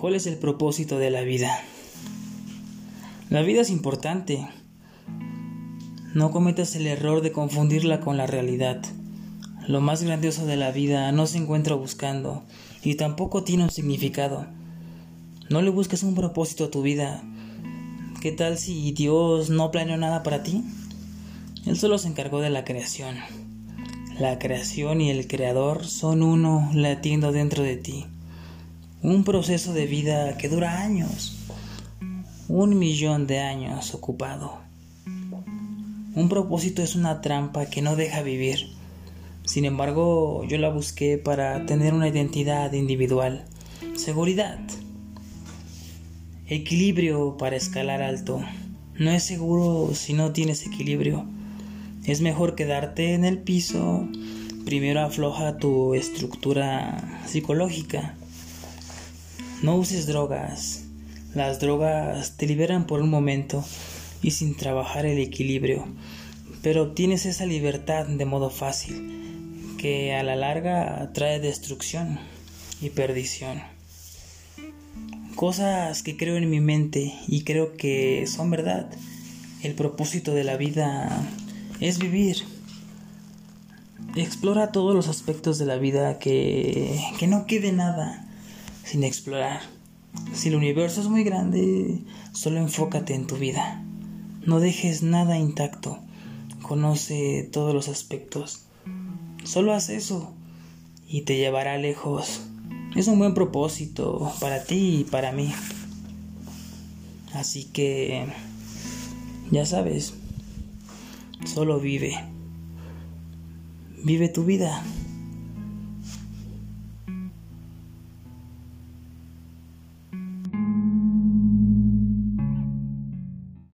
¿Cuál es el propósito de la vida? La vida es importante. No cometas el error de confundirla con la realidad. Lo más grandioso de la vida no se encuentra buscando y tampoco tiene un significado. No le busques un propósito a tu vida. ¿Qué tal si Dios no planeó nada para ti? Él solo se encargó de la creación. La creación y el creador son uno latiendo dentro de ti. Un proceso de vida que dura años. 1.000.000 de años ocupado. Un propósito es una trampa que no deja vivir. Sin embargo, yo la busqué para tener una identidad individual, seguridad, equilibrio para escalar alto. No es seguro si no tienes equilibrio. Es mejor quedarte en el piso. Primero afloja tu estructura psicológica. No uses drogas. Las drogas te liberan por un momento y sin trabajar el equilibrio, pero obtienes esa libertad de modo fácil, que a la larga trae destrucción y perdición. Cosas que creo en mi mente y creo que son verdad. El propósito de la vida es vivir. Explora todos los aspectos de la vida, que no quede nada sin explorar. Si el universo es muy grande, solo enfócate en tu vida. No dejes nada intacto. Conoce todos los aspectos. Solo haz eso y te llevará lejos. Es un buen propósito para ti y para mí. Así que, ya sabes, solo vive. Vive tu vida.